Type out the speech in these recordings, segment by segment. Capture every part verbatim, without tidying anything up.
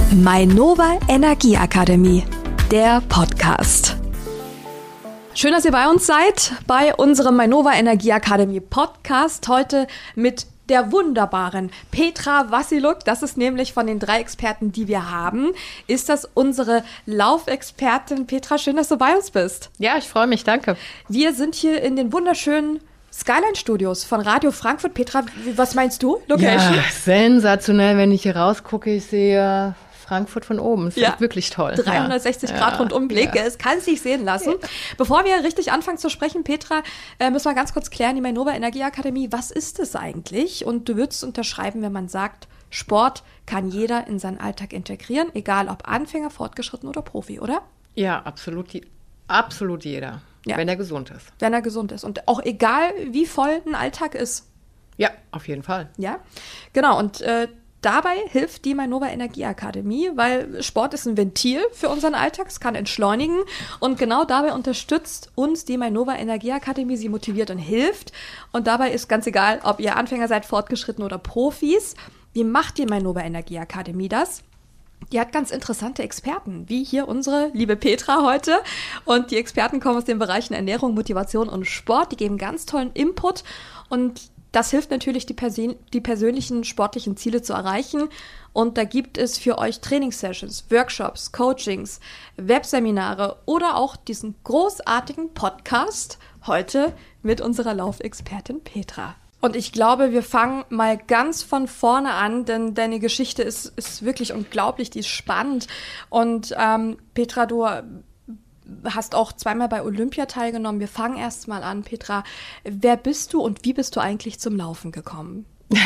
Mainova Energieakademie, der Podcast. Schön, dass ihr bei uns seid, bei unserem Mainova Energieakademie Podcast. Heute mit der wunderbaren Petra Wassiluk. Das ist nämlich von den drei Experten, die wir haben, ist das unsere Laufexpertin. Petra, schön, dass du bei uns bist. Ja, ich freue mich, danke. Wir sind hier in den wunderschönen Skyline-Studios von Radio Frankfurt. Petra, was meinst du? Location? Ja, sensationell, wenn ich hier rausgucke, ich sehe Frankfurt von oben. Das ja. ist wirklich toll. dreihundertsechzig ja. Grad Rundumblick. Ja. Es kann sich sehen lassen. Ja. Bevor wir richtig anfangen zu sprechen, Petra, äh, müssen wir ganz kurz klären, die Mainova Energieakademie, was ist es eigentlich? Und du würdest unterschreiben, wenn man sagt, Sport kann jeder in seinen Alltag integrieren, egal ob Anfänger, Fortgeschritten oder Profi, oder? Ja, absolut, absolut jeder, ja. wenn er gesund ist. Wenn er gesund ist und auch egal, wie voll ein Alltag ist. Ja, auf jeden Fall. Ja, genau. Und äh, dabei hilft die Mainova Energieakademie, weil Sport ist ein Ventil für unseren Alltag, es kann entschleunigen und genau dabei unterstützt uns die Mainova Energieakademie, sie motiviert und hilft und dabei ist ganz egal, ob ihr Anfänger seid, Fortgeschritten oder Profis. Wie macht die Mainova Energieakademie das? Die hat ganz interessante Experten, wie hier unsere liebe Petra heute. Und die Experten kommen aus den Bereichen Ernährung, Motivation und Sport. Die geben ganz tollen Input und das hilft natürlich, die, Persön- die persönlichen sportlichen Ziele zu erreichen. Und da gibt es für euch Trainingssessions, Workshops, Coachings, Webseminare oder auch diesen großartigen Podcast heute mit unserer Laufexpertin Petra. Und ich glaube, wir fangen mal ganz von vorne an, denn deine Geschichte ist, ist wirklich unglaublich, die ist spannend. Und ähm, Petra, du hast auch zweimal bei Olympia teilgenommen. Wir fangen erst mal an, Petra. Wer bist du und wie bist du eigentlich zum Laufen gekommen?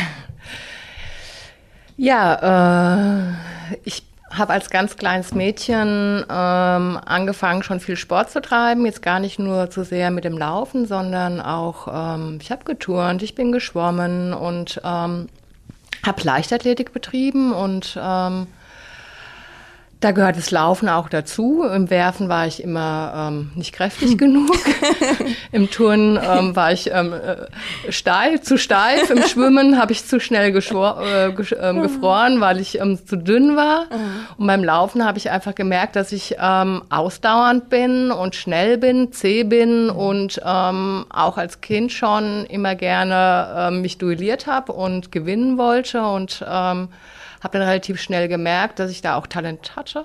Ja, äh, ich habe als ganz kleines Mädchen ähm, angefangen, schon viel Sport zu treiben. Jetzt gar nicht nur zu sehr mit dem Laufen, sondern auch, ähm, ich habe geturnt, ich bin geschwommen und ähm, habe Leichtathletik betrieben und ähm, da gehört das Laufen auch dazu. Im Werfen war ich immer ähm, nicht kräftig genug. Im Turnen ähm, war ich ähm, äh, steif, zu steif. Im Schwimmen habe ich zu schnell geschwor- äh, gesch- ähm, gefroren, weil ich ähm, zu dünn war. Und beim Laufen habe ich einfach gemerkt, dass ich ähm, ausdauernd bin und schnell bin, zäh bin und ähm, auch als Kind schon immer gerne ähm, mich duelliert habe und gewinnen wollte und ähm, habe dann relativ schnell gemerkt, dass ich da auch Talent hatte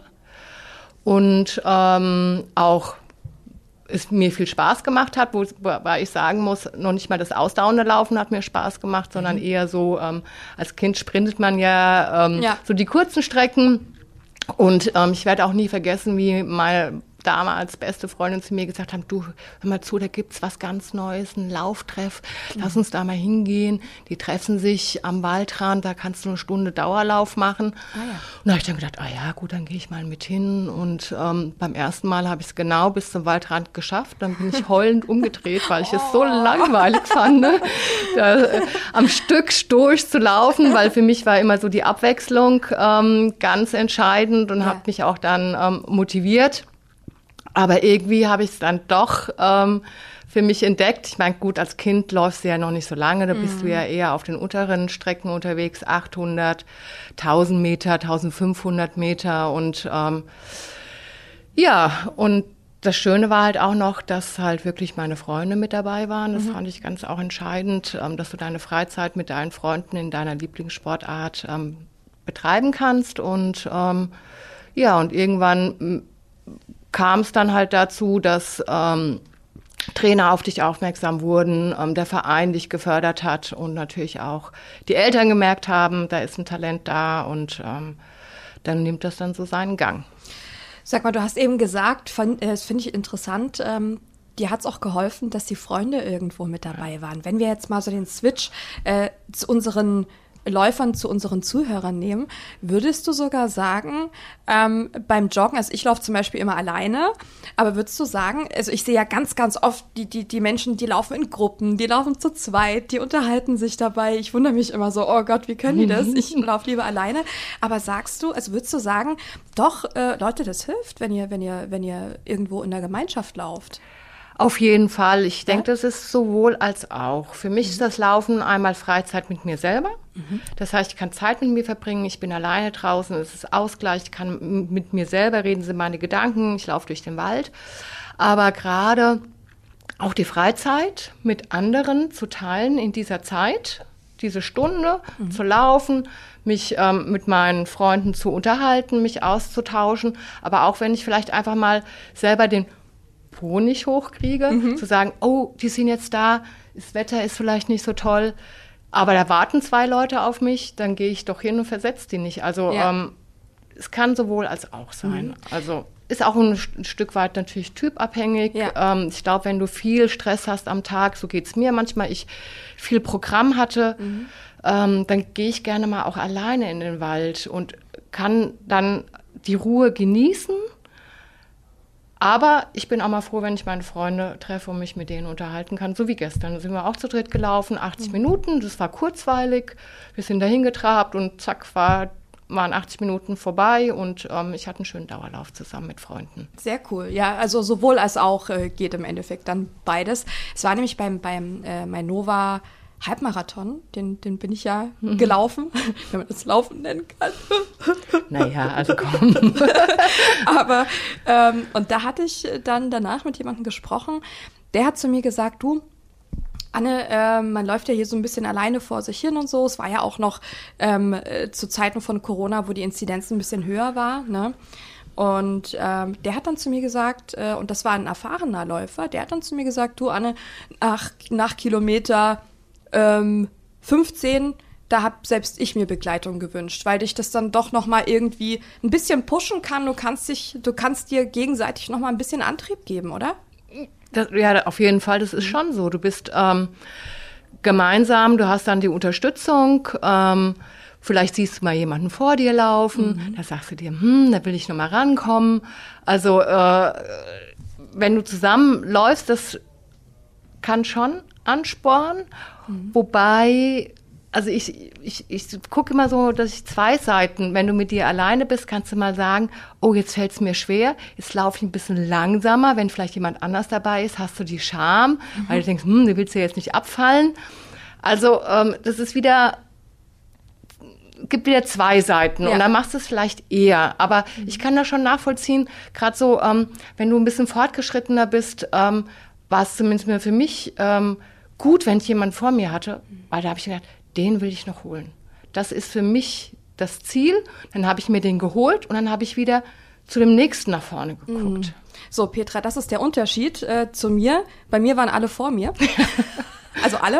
und ähm, auch es mir viel Spaß gemacht hat, wobei ich sagen muss, noch nicht mal das ausdauernde Laufen hat mir Spaß gemacht, sondern mhm. eher so, ähm, als Kind sprintet man ja, ähm, ja. so die kurzen Strecken und ähm, ich werde auch nie vergessen, wie meine damals beste Freundin zu mir gesagt haben, du, hör mal zu, da gibt's was ganz Neues, ein Lauftreff, lass uns da mal hingehen. Die treffen sich am Waldrand, da kannst du eine Stunde Dauerlauf machen. Ah, ja. Und da habe ich dann gedacht, ah ja, gut, dann gehe ich mal mit hin. Und ähm, beim ersten Mal habe ich es genau bis zum Waldrand geschafft. Dann bin ich heulend umgedreht, weil ich oh. es so langweilig fand, ne? da, äh, am Stück durch zu laufen, weil für mich war immer so die Abwechslung ähm, ganz entscheidend und ja. habe mich auch dann ähm, motiviert. Aber irgendwie habe ich es dann doch ähm, für mich entdeckt. Ich meine, gut, als Kind läufst du ja noch nicht so lange. Da mhm. bist du ja eher auf den unteren Strecken unterwegs, achthundert, tausend Meter, eintausendfünfhundert Meter. Und ähm, ja, und das Schöne war halt auch noch, dass halt wirklich meine Freunde mit dabei waren. Das mhm. fand ich ganz auch entscheidend, ähm, dass du deine Freizeit mit deinen Freunden in deiner Lieblingssportart ähm, betreiben kannst. Und ähm, ja, und irgendwann kam es dann halt dazu, dass ähm, Trainer auf dich aufmerksam wurden, ähm, der Verein dich gefördert hat und natürlich auch die Eltern gemerkt haben, da ist ein Talent da und ähm, dann nimmt das dann so seinen Gang. Sag mal, du hast eben gesagt, fand, äh, das finde ich interessant, ähm, dir hat es auch geholfen, dass die Freunde irgendwo mit dabei waren. Wenn wir jetzt mal so den Switch äh, zu unseren Läufern, zu unseren Zuhörern nehmen, würdest du sogar sagen, ähm, beim Joggen, also ich laufe zum Beispiel immer alleine, aber würdest du sagen, also ich sehe ja ganz, ganz oft die, die, die Menschen, die laufen in Gruppen, die laufen zu zweit, die unterhalten sich dabei. Ich wundere mich immer so, oh Gott, wie können die das? Ich laufe lieber alleine. Aber sagst du, also würdest du sagen, doch, äh, Leute, das hilft, wenn ihr, wenn ihr, wenn ihr irgendwo in der Gemeinschaft lauft? Auf jeden Fall. Ich denke, Ja? das ist sowohl als auch. Für mich mhm. ist das Laufen einmal Freizeit mit mir selber. Mhm. Das heißt, ich kann Zeit mit mir verbringen. Ich bin alleine draußen. Es ist Ausgleich. Ich kann mit mir selber reden, sind meine Gedanken. Ich laufe durch den Wald. Aber gerade auch die Freizeit mit anderen zu teilen in dieser Zeit, diese Stunde mhm. zu laufen, mich ähm, mit meinen Freunden zu unterhalten, mich auszutauschen. Aber auch wenn ich vielleicht einfach mal selber den Po nicht hochkriege, mhm. zu sagen, oh, die sind jetzt da, das Wetter ist vielleicht nicht so toll, aber da warten zwei Leute auf mich, dann gehe ich doch hin und versetze die nicht. Also ja. ähm, es kann sowohl als auch sein. Mhm. Also ist auch ein, ein Stück weit natürlich typabhängig. Ja. Ähm, ich glaube, wenn du viel Stress hast am Tag, so geht es mir manchmal, ich viel Programm hatte, mhm. ähm, dann gehe ich gerne mal auch alleine in den Wald und kann dann die Ruhe genießen. Aber ich bin auch mal froh, wenn ich meine Freunde treffe und mich mit denen unterhalten kann. So wie gestern. Da sind wir auch zu dritt gelaufen, achtzig mhm. Minuten. Das war kurzweilig. Wir sind dahin getrabt und zack, war, waren achtzig Minuten vorbei. Und ähm, ich hatte einen schönen Dauerlauf zusammen mit Freunden. Sehr cool. Ja, also sowohl als auch äh, geht im Endeffekt dann beides. Es war nämlich beim, beim äh, Mainova Halbmarathon, den, den bin ich ja mhm. gelaufen, wenn man das Laufen nennen kann. Naja, also komm. Aber, ähm, und da hatte ich dann danach mit jemandem gesprochen, der hat zu mir gesagt, du, Anne, äh, man läuft ja hier so ein bisschen alleine vor sich hin und so. Es war ja auch noch ähm, äh, zu Zeiten von Corona, wo die Inzidenz ein bisschen höher war, ne? Und ähm, der hat dann zu mir gesagt, äh, und das war ein erfahrener Läufer, der hat dann zu mir gesagt, du Anne, nach, nach Kilometer Ähm, fünfzehn, da habe selbst ich mir Begleitung gewünscht, weil dich das dann doch noch mal irgendwie ein bisschen pushen kann. Du kannst dich, du kannst dir gegenseitig noch mal ein bisschen Antrieb geben, oder? Das, ja, auf jeden Fall, das ist schon so. Du bist ähm, gemeinsam, du hast dann die Unterstützung. Ähm, vielleicht siehst du mal jemanden vor dir laufen, mhm. da sagst du dir, hm, da will ich noch mal rankommen. Also äh, wenn du zusammen läufst, das kann schon anspornen. Mhm. Wobei, also ich, ich, ich gucke immer so, dass ich zwei Seiten, wenn du mit dir alleine bist, kannst du mal sagen, oh, jetzt fällt es mir schwer, jetzt laufe ich ein bisschen langsamer. Wenn vielleicht jemand anders dabei ist, hast du die Scham, mhm. weil du denkst, hm, du willst ja jetzt nicht abfallen. Also ähm, das ist wieder, gibt wieder zwei Seiten ja. und dann machst du es vielleicht eher. Aber mhm. ich kann das schon nachvollziehen, gerade so, ähm, wenn du ein bisschen fortgeschrittener bist, ähm, war es zumindest für mich ähm, gut, wenn ich jemanden vor mir hatte, weil da habe ich gedacht, den will ich noch holen. Das ist für mich das Ziel. Dann habe ich mir den geholt und dann habe ich wieder zu dem nächsten nach vorne geguckt. So, Petra, das ist der Unterschied äh, zu mir. Bei mir waren alle vor mir. Also alle.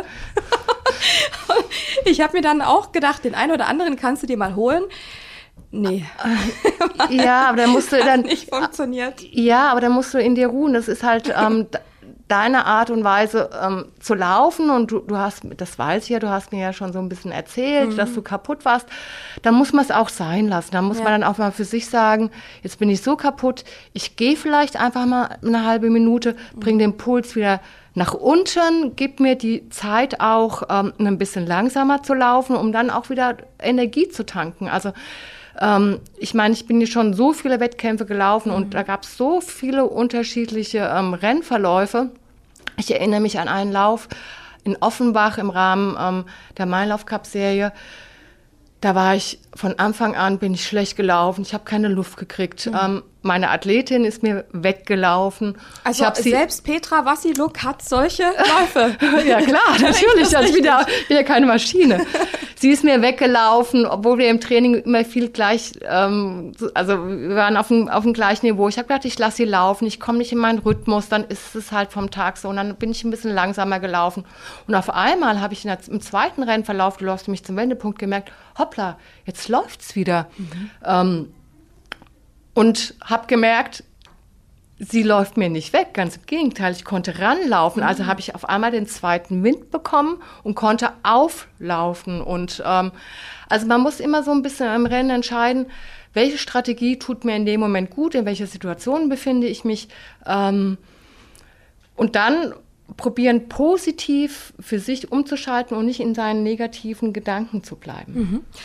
Ich habe mir dann auch gedacht, den einen oder anderen kannst du dir mal holen. Nee. Ja, aber dann musst du dann... Hat nicht funktioniert. Ja, aber dann musst du in dir ruhen. Das ist halt... Ähm, deine Art und Weise ähm, zu laufen und du, du hast, das weiß ich ja, du hast mir ja schon so ein bisschen erzählt, mhm. dass du kaputt warst, dann muss man es auch sein lassen. Dann muss ja. man dann auch mal für sich sagen, jetzt bin ich so kaputt, ich gehe vielleicht einfach mal eine halbe Minute, bringe den Puls wieder nach unten, gib mir die Zeit auch, ähm, ein bisschen langsamer zu laufen, um dann auch wieder Energie zu tanken. Also ähm, ich meine, ich bin hier schon so viele Wettkämpfe gelaufen mhm. und da gab es so viele unterschiedliche ähm, Rennverläufe. Ich erinnere mich an einen Lauf in Offenbach im Rahmen ähm, der Mainlauf-Cup-Serie. Da war ich von Anfang an, bin ich schlecht gelaufen. Ich habe keine Luft gekriegt. Mhm. Ähm, meine Athletin ist mir weggelaufen. Also ich hab sie selbst Petra Wassiluk hat solche Läufe. Ja klar, natürlich. Also wieder, wieder keine Maschine. Sie ist mir weggelaufen, obwohl wir im Training immer viel gleich, ähm, also wir waren auf dem, auf dem gleichen Niveau. Ich habe gedacht, ich lasse sie laufen, ich komme nicht in meinen Rhythmus, dann ist es halt vom Tag so. Und dann bin ich ein bisschen langsamer gelaufen. Und auf einmal habe ich in der, im zweiten Rennverlauf, du läufst mich zum Wendepunkt, gemerkt, hoppla, jetzt läuft's wieder. Mhm. Ähm, und habe gemerkt, sie läuft mir nicht weg, ganz im Gegenteil, ich konnte ranlaufen, mhm. also habe ich auf einmal den zweiten Wind bekommen und konnte auflaufen. Und ähm, also man muss immer so ein bisschen im Rennen entscheiden, welche Strategie tut mir in dem Moment gut, in welcher Situation befinde ich mich ähm, und dann probieren, positiv für sich umzuschalten und nicht in seinen negativen Gedanken zu bleiben. Mhm.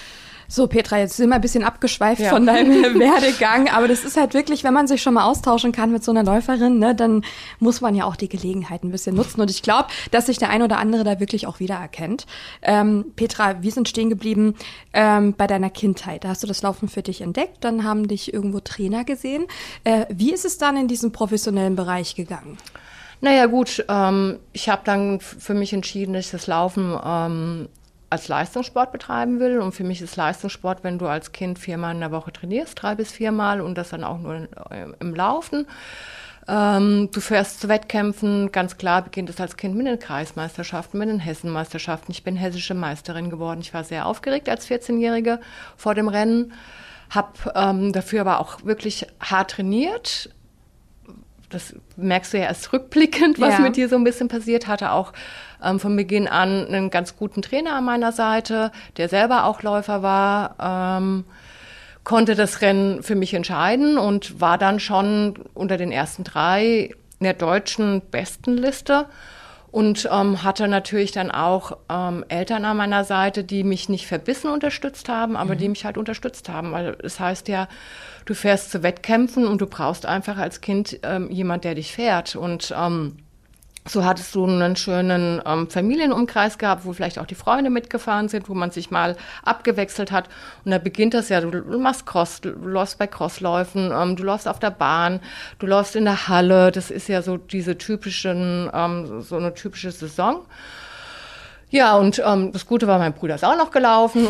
So, Petra, jetzt sind wir ein bisschen abgeschweift Ja. von deinem Werdegang, aber das ist halt wirklich, wenn man sich schon mal austauschen kann mit so einer Läuferin, ne, dann muss man ja auch die Gelegenheit ein bisschen nutzen. Und ich glaube, dass sich der ein oder andere da wirklich auch wiedererkennt. Ähm, Petra, wir sind stehen geblieben ähm, bei deiner Kindheit. Da hast du das Laufen für dich entdeckt, dann haben dich irgendwo Trainer gesehen. Äh, wie ist es dann in diesen professionellen Bereich gegangen? Naja gut, ähm, ich habe dann f- für mich entschieden, dass ich das Laufen ähm, als Leistungssport betreiben will. Und für mich ist Leistungssport, wenn du als Kind viermal in der Woche trainierst, drei bis viermal und das dann auch nur in, äh, im Laufen. Ähm, du fährst zu Wettkämpfen, ganz klar beginnt es als Kind mit den Kreismeisterschaften, mit den Hessenmeisterschaften. Ich bin hessische Meisterin geworden. Ich war sehr aufgeregt als vierzehnjährige vor dem Rennen, habe ähm, dafür aber auch wirklich hart trainiert. Das merkst du ja erst rückblickend, was Ja. mit dir so ein bisschen passiert. Hatte auch ähm, von Beginn an einen ganz guten Trainer an meiner Seite, der selber auch Läufer war, ähm, konnte das Rennen für mich entscheiden und war dann schon unter den ersten drei in der deutschen Bestenliste und ähm, hatte natürlich dann auch ähm, Eltern an meiner Seite, die mich nicht verbissen unterstützt haben, aber mhm. die mich halt unterstützt haben, weil es heißt ja, du fährst zu Wettkämpfen und du brauchst einfach als Kind ähm, jemand, der dich fährt. Und ähm, so hattest du einen schönen ähm, Familienumkreis gehabt, wo vielleicht auch die Freunde mitgefahren sind, wo man sich mal abgewechselt hat. Und da beginnt das ja, du, du machst Cross, du läufst bei Crossläufen, ähm, du läufst auf der Bahn, du läufst in der Halle. Das ist ja so diese typischen, ähm, so eine typische Saison. Ja, und ähm, das Gute war, mein Bruder ist auch noch gelaufen.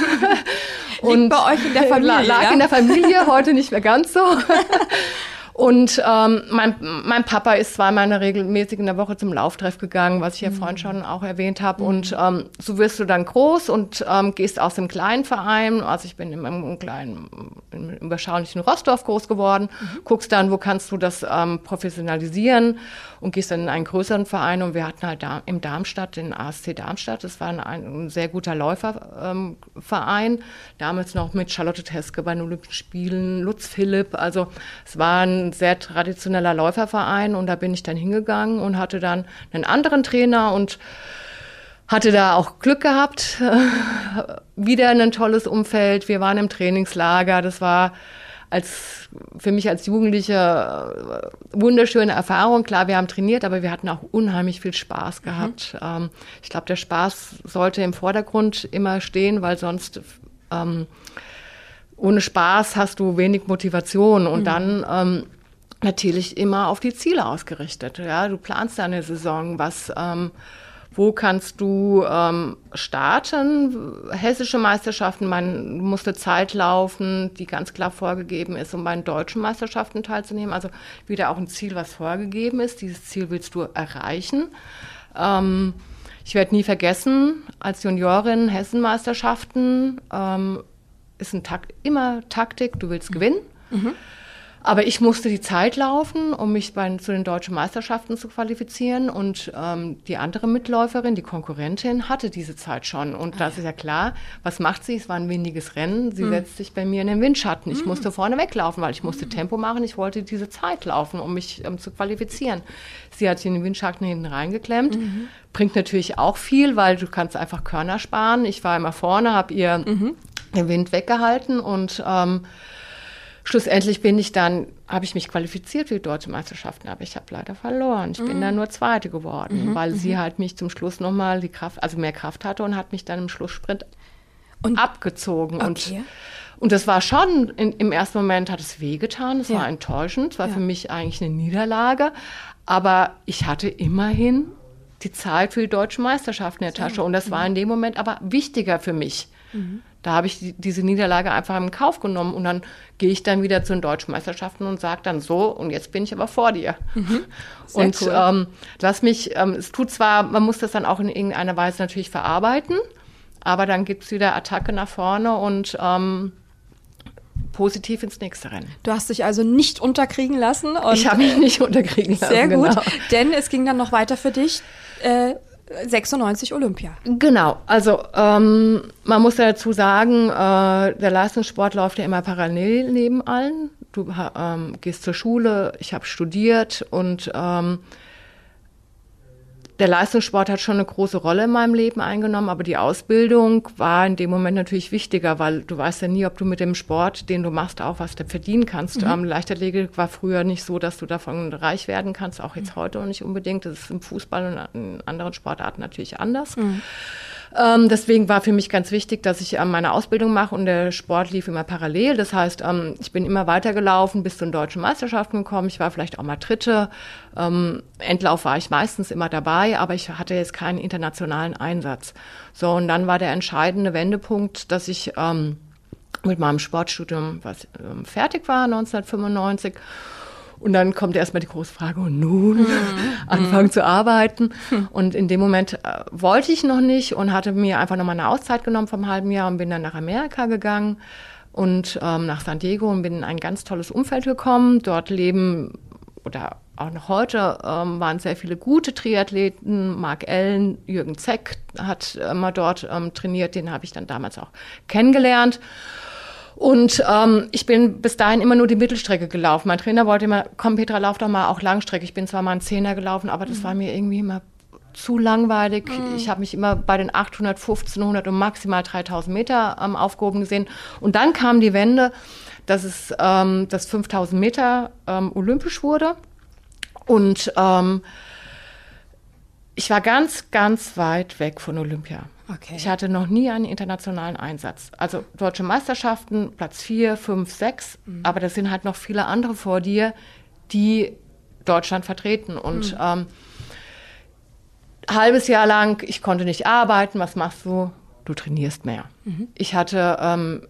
Und liegt bei euch in der Familie, lag ja? in der Familie, heute nicht mehr ganz so. Und ähm, mein, mein Papa ist zweimal in der regelmäßig in der Woche zum Lauftreff gegangen, was ich ja mhm. vorhin schon auch erwähnt habe. Mhm. Und ähm, so wirst du dann groß und ähm, gehst aus dem kleinen Verein. Also ich bin in einem kleinen, im überschaulichen Rossdorf groß geworden. Mhm. Guckst dann, wo kannst du das ähm, professionalisieren und gehst dann in einen größeren Verein. Und wir hatten halt da im Darmstadt den A S C Darmstadt. Das war ein, ein sehr guter Läuferverein. Ähm, Damals noch mit Charlotte Teske bei den Olympischen Spielen, Lutz Philipp. Also es war ein sehr traditioneller Läuferverein und da bin ich dann hingegangen und hatte dann einen anderen Trainer und hatte da auch Glück gehabt. Wieder ein tolles Umfeld. Wir waren im Trainingslager. Das war als für mich als Jugendliche wunderschöne Erfahrung. Klar, wir haben trainiert, aber wir hatten auch unheimlich viel Spaß gehabt. Mhm. Ähm, ich glaube, der Spaß sollte im Vordergrund immer stehen, weil sonst ähm, ohne Spaß hast du wenig Motivation und mhm. dann ähm, natürlich immer auf die Ziele ausgerichtet. Ja, du planst deine Saison, was, ähm, wo kannst du ähm, starten? Hessische Meisterschaften, man musste Zeit laufen, die ganz klar vorgegeben ist, um bei den deutschen Meisterschaften teilzunehmen. Also wieder auch ein Ziel, was vorgegeben ist. Dieses Ziel willst du erreichen. Ähm, ich werde nie vergessen, als Juniorin Hessenmeisterschaften ähm, ist ein Takt, immer Taktik, du willst gewinnen. Mhm. Aber ich musste die Zeit laufen, um mich bei, zu den deutschen Meisterschaften zu qualifizieren. Und ähm, die andere Mitläuferin, die Konkurrentin, hatte diese Zeit schon. Und ah, das ja. ist ja klar, was macht sie? Es war ein windiges Rennen. Sie mhm. setzt sich bei mir in den Windschatten. Ich mhm. musste vorne weglaufen, weil ich musste mhm. Tempo machen. Ich wollte diese Zeit laufen, um mich ähm, zu qualifizieren. Sie hat sich in den Windschatten hinten reingeklemmt. Mhm. Bringt natürlich auch viel, weil du kannst einfach Körner sparen. Ich war immer vorne, habe ihr mhm. den Wind weggehalten und ähm, schlussendlich bin ich dann, habe ich mich qualifiziert für die deutsche Meisterschaften, aber ich habe leider verloren. Ich mhm. bin dann nur Zweite geworden, mhm. weil mhm. sie halt mich zum Schluss nochmal die Kraft, also mehr Kraft hatte und hat mich dann im Schlusssprint und? abgezogen. Okay. Und, und das war schon, in, im ersten Moment hat es wehgetan, es ja. war enttäuschend, es war ja. für mich eigentlich eine Niederlage, aber ich hatte immerhin die Zeit für die deutschen Meisterschaften in der Tasche und das mhm. war in dem Moment aber wichtiger für mich. Mhm. Da habe ich die, diese Niederlage einfach in Kauf genommen und dann gehe ich dann wieder zu den deutschen Meisterschaften und sage dann so, und jetzt bin ich aber vor dir. Mhm. Und cool. ähm, lass mich, ähm, es tut zwar, man muss das dann auch in irgendeiner Weise natürlich verarbeiten, aber dann gibt es wieder Attacke nach vorne und ähm, positiv ins nächste Rennen. Du hast dich also nicht unterkriegen lassen. Und ich habe mich nicht unterkriegen lassen. Sehr gut, genau. Denn es ging dann noch weiter für dich. Äh, sechsundneunzig Olympia. Genau, also ähm, man muss ja dazu sagen, äh, der Leistungssport läuft ja immer parallel neben allen. Du ähm, gehst zur Schule, ich habe studiert und ähm, der Leistungssport hat schon eine große Rolle in meinem Leben eingenommen, aber die Ausbildung war in dem Moment natürlich wichtiger, weil du weißt ja nie, ob du mit dem Sport, den du machst, auch was verdienen kannst. Mhm. Ähm, Leichtathletik war früher nicht so, dass du davon reich werden kannst, auch jetzt mhm. heute auch nicht unbedingt. Das ist im Fußball und in anderen Sportarten natürlich anders. Mhm. Ähm, deswegen war für mich ganz wichtig, dass ich ähm, meine Ausbildung mache und der Sport lief immer parallel. Das heißt, ähm, ich bin immer weitergelaufen bis zu den deutschen Meisterschaften gekommen. Ich war vielleicht auch mal Dritte. Ähm, Endlauf war ich meistens immer dabei, aber ich hatte jetzt keinen internationalen Einsatz. So, und dann war der entscheidende Wendepunkt, dass ich ähm, mit meinem Sportstudium was, ähm, fertig war, neunzehnhundertfünfundneunzig. Und dann kommt erstmal die große Frage, und nun mhm. anfangen mhm. zu arbeiten. Mhm. Und in dem Moment äh, wollte ich noch nicht und hatte mir einfach nochmal eine Auszeit genommen vom halben Jahr und bin dann nach Amerika gegangen und ähm, nach San Diego und bin in ein ganz tolles Umfeld gekommen. Dort leben, oder auch noch heute, ähm, waren sehr viele gute Triathleten. Mark Allen, Jürgen Zeck hat immer dort ähm, trainiert, den habe ich dann damals auch kennengelernt. Und ähm, ich bin bis dahin immer nur die Mittelstrecke gelaufen. Mein Trainer wollte immer, komm Petra, lauf doch mal auch Langstrecke. Ich bin zwar mal einen Zehner gelaufen, aber das mhm. war mir irgendwie immer zu langweilig. Mhm. Ich habe mich immer bei den achthundert, fünfzehnhundert und maximal dreitausend Meter ähm, aufgehoben gesehen. Und dann kam die Wende, dass es ähm, das fünftausend Meter ähm, olympisch wurde. Und ähm, ich war ganz, ganz weit weg von Olympia. Okay. Ich hatte noch nie einen internationalen Einsatz. Also deutsche Meisterschaften, Platz vier, fünf, sechs. Mhm. Aber da sind halt noch viele andere vor dir, die Deutschland vertreten. Und mhm. ähm, halbes Jahr lang, ich konnte nicht arbeiten. Was machst du? Du trainierst mehr. Mhm. Ich hatte, ähm,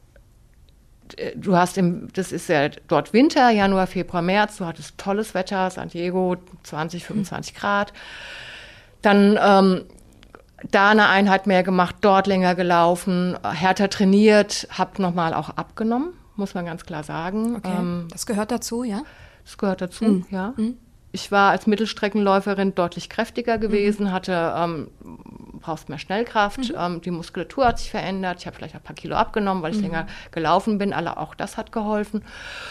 du hast im, das ist ja dort Winter, Januar, Februar, März. Du hattest tolles Wetter, San Diego, zwanzig, fünfundzwanzig mhm. Grad. Dann ähm, da eine Einheit mehr gemacht, dort länger gelaufen, härter trainiert, habe nochmal auch abgenommen, muss man ganz klar sagen. Okay. Ähm, das gehört dazu, ja? Das gehört dazu, mhm. ja. Mhm. Ich war als Mittelstreckenläuferin deutlich kräftiger gewesen, mhm. hatte, ähm, brauchst mehr Schnellkraft, mhm. ähm, die Muskulatur hat sich verändert, ich habe vielleicht ein paar Kilo abgenommen, weil ich mhm. länger gelaufen bin, aber auch das hat geholfen.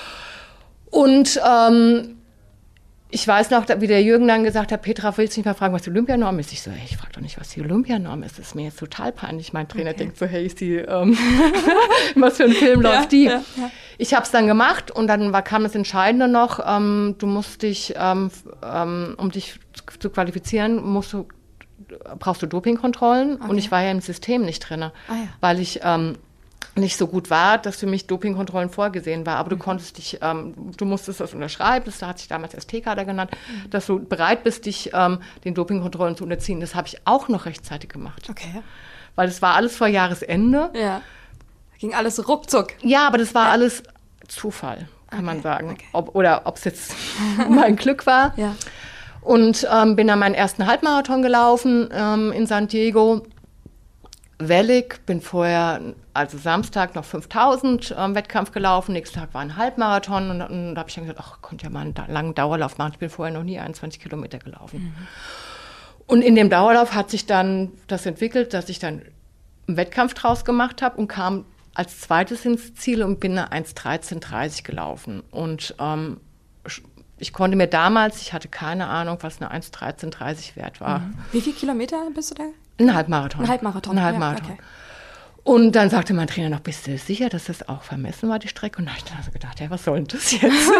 Und ähm, ich weiß noch, wie der Jürgen dann gesagt hat, Petra, willst du nicht mal fragen, was die Olympianorm ist? Ich so, hey, ich frage doch nicht, was die Olympianorm ist. Das ist mir jetzt total peinlich. Mein Trainer okay. denkt so, hey, ist die, ähm, was für ein Film läuft ja, die? Ja, ja. Ich habe es dann gemacht und dann war, kam das Entscheidende noch, ähm, du musst dich, ähm, ähm, um dich zu qualifizieren, musst du, brauchst du Dopingkontrollen. Okay. Und ich war ja im System nicht drin, ah, ja. weil ich ähm, nicht so gut war, dass für mich Dopingkontrollen vorgesehen war. Aber du mhm. konntest dich, ähm, du musstest das unterschreiben, das hat sich damals S T-Kader genannt, mhm. dass du bereit bist, dich ähm, den Dopingkontrollen zu unterziehen. Das habe ich auch noch rechtzeitig gemacht. Okay. Weil das war alles vor Jahresende. Ja. Ging alles ruckzuck. Ja, aber das war ja. alles Zufall, kann okay. man sagen. Okay. Ob, oder ob es jetzt mein Glück war. Ja. Und ähm, bin dann meinen ersten Halbmarathon gelaufen ähm, in San Diego. Wellig, bin vorher, also Samstag noch fünftausend ähm, Wettkampf gelaufen, nächsten Tag war ein Halbmarathon und, und da habe ich dann gesagt, ach, ich konnte ja mal einen da- langen Dauerlauf machen. Ich bin vorher noch nie einundzwanzig Kilometer gelaufen. Mhm. Und in dem Dauerlauf hat sich dann das entwickelt, dass ich dann einen Wettkampf draus gemacht habe und kam als zweites ins Ziel und bin eine eins dreizehn dreißig gelaufen. Und ähm, ich konnte mir damals, ich hatte keine Ahnung, was eine eins dreizehn dreißig wert war. Mhm. Wie viele Kilometer bist du da? Ein Halbmarathon. Ein Halbmarathon. Ein Halbmarathon. Ja, okay. Und dann sagte mein Trainer noch, bist du sicher, dass das auch vermessen war, die Strecke? Und da habe ich dann also gedacht, ja, was soll denn das jetzt?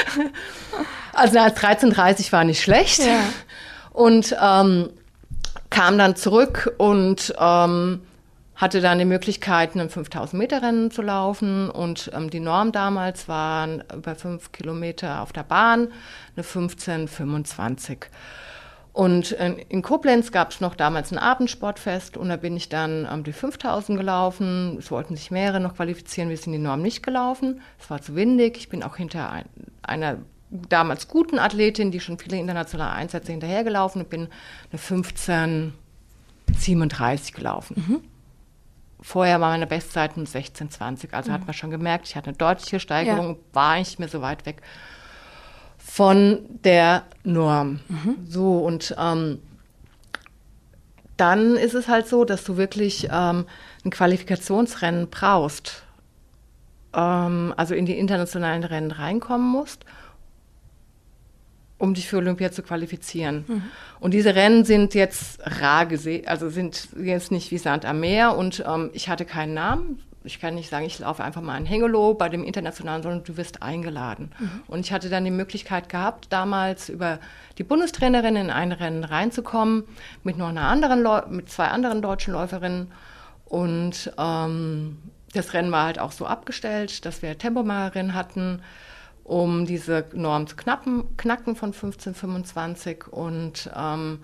Also eine dreizehn dreißig war nicht schlecht. Ja. Und ähm, kam dann zurück und ähm, hatte dann die Möglichkeit, ein fünftausend Meter Rennen zu laufen. Und ähm, die Norm damals waren über fünf Kilometer auf der Bahn, eine fünfzehn fünfundzwanzig. Und in Koblenz gab es noch damals ein Abendsportfest und da bin ich dann ähm, die fünftausend gelaufen. Es wollten sich mehrere noch qualifizieren, wir sind die Norm nicht gelaufen. Es war zu windig. Ich bin auch hinter ein, einer damals guten Athletin, die schon viele internationale Einsätze hinterhergelaufen und bin eine fünfzehn siebenunddreißig gelaufen. Mhm. Vorher war meine Bestzeit ein sechzehn zwanzig, also mhm. hat man schon gemerkt, ich hatte eine deutliche Steigerung, ja. war nicht mehr so weit weg von der Norm. Mhm. So, und ähm, dann ist es halt so, dass du wirklich ähm, ein Qualifikationsrennen brauchst, ähm, also in die internationalen Rennen reinkommen musst. um dich für Olympia zu qualifizieren. Mhm. Und diese Rennen sind jetzt rar gesehen, also sind jetzt nicht wie Sand am Meer. Und ähm, ich hatte keinen Namen. Ich kann nicht sagen, ich laufe einfach mal in Hengelo bei dem Internationalen, sondern du wirst eingeladen. Mhm. Und ich hatte dann die Möglichkeit gehabt, damals über die Bundestrainerin in ein Rennen reinzukommen, mit noch einer anderen Läu- mit zwei anderen deutschen Läuferinnen. Und ähm, das Rennen war halt auch so abgestellt, dass wir Tempomacherin hatten, um diese Norm zu knappen, knacken von fünfzehn fünfundzwanzig. Und ähm,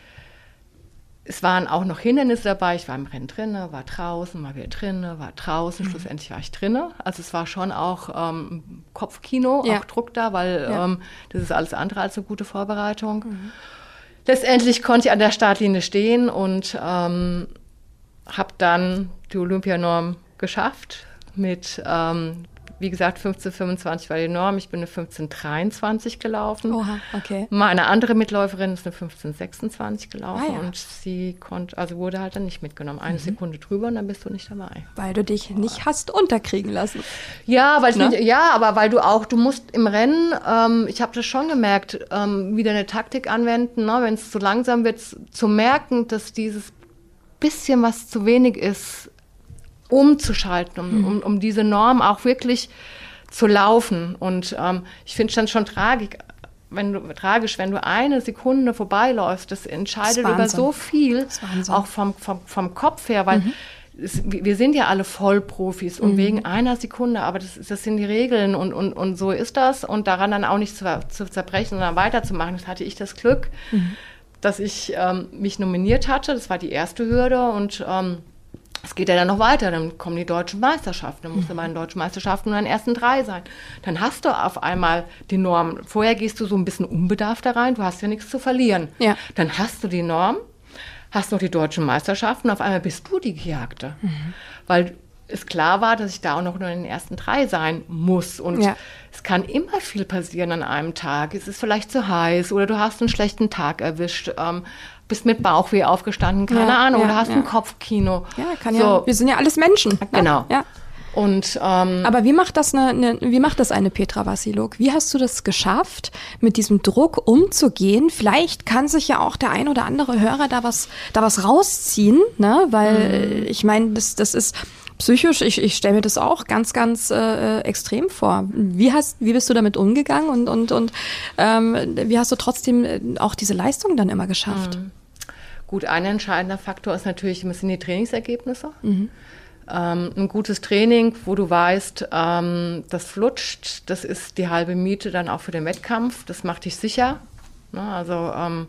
es waren auch noch Hindernisse dabei. Ich war im Rennen drinne, war draußen, war wieder drinne, war draußen. Mhm. Schlussendlich war ich drinne. Also es war schon auch ähm, Kopfkino, ja. auch Druck da, weil ja. ähm, das ist alles andere als eine gute Vorbereitung. Mhm. Letztendlich konnte ich an der Startlinie stehen und ähm, habe dann die Olympianorm geschafft mit ähm, wie gesagt, fünfzehn fünfundzwanzig war die Norm. Ich bin eine fünfzehn dreiundzwanzig gelaufen. Oha, okay. Meine andere Mitläuferin ist eine fünfzehn sechsundzwanzig gelaufen. Ah, ja. Und sie konnte, also wurde halt dann nicht mitgenommen. Eine mhm. Sekunde drüber und dann bist du nicht dabei. Weil du dich nicht hast unterkriegen lassen. Ja, weil ich ne? nicht, ja, aber weil du auch, du musst im Rennen, ähm, ich habe das schon gemerkt, ähm, wieder eine Taktik anwenden, ne? Wenn es zu langsam wird, zu merken, dass dieses bisschen was zu wenig ist, umzuschalten, um, um, um diese Norm auch wirklich zu laufen. Und ähm, ich finde es dann schon tragisch, wenn du, tragisch, wenn du eine Sekunde vorbeiläufst. Das entscheidet das über so viel, auch vom, vom, vom Kopf her, weil mhm. es, wir sind ja alle Vollprofis und mhm. wegen einer Sekunde, aber das, das sind die Regeln und, und, und so ist das. Und daran dann auch nicht zu, zu zerbrechen, sondern weiterzumachen. Das hatte ich das Glück, mhm. dass ich ähm, mich nominiert hatte. Das war die erste Hürde und ähm, es geht ja dann noch weiter, dann kommen die deutschen Meisterschaften, dann musst du bei den deutschen Meisterschaften nur in den ersten drei sein. Dann hast du auf einmal die Norm. Vorher gehst du so ein bisschen unbedarft da rein, du hast ja nichts zu verlieren. Ja. Dann hast du die Norm, hast noch die deutschen Meisterschaften, auf einmal bist du die Gejagte. Mhm. Weil es klar war, dass ich da auch noch nur in den ersten drei sein muss. Und ja. es kann immer viel passieren an einem Tag. Es ist vielleicht zu heiß oder du hast einen schlechten Tag erwischt, ähm, bist mit Bauchweh aufgestanden, keine ja, Ahnung, ja, oder hast ja. ein Kopfkino. Ja, kann so. ja. Wir sind ja alles Menschen. Genau. Ja. Und, ähm, aber wie macht das eine, eine, wie macht das eine Petra Vassiluk? Wie hast du das geschafft, mit diesem Druck umzugehen? Vielleicht kann sich ja auch der ein oder andere Hörer da was, da was rausziehen, ne? Weil mhm. ich meine, das, das ist psychisch. Ich, ich stelle mir das auch ganz, ganz äh, extrem vor. Wie hast, wie bist du damit umgegangen und und und ähm, wie hast du trotzdem auch diese Leistung dann immer geschafft? Mhm. Gut, ein entscheidender Faktor ist natürlich, sind die Trainingsergebnisse. Mhm. Ähm, ein gutes Training, wo du weißt, ähm, das flutscht, das ist die halbe Miete dann auch für den Wettkampf, das macht dich sicher. Ne? Also ähm,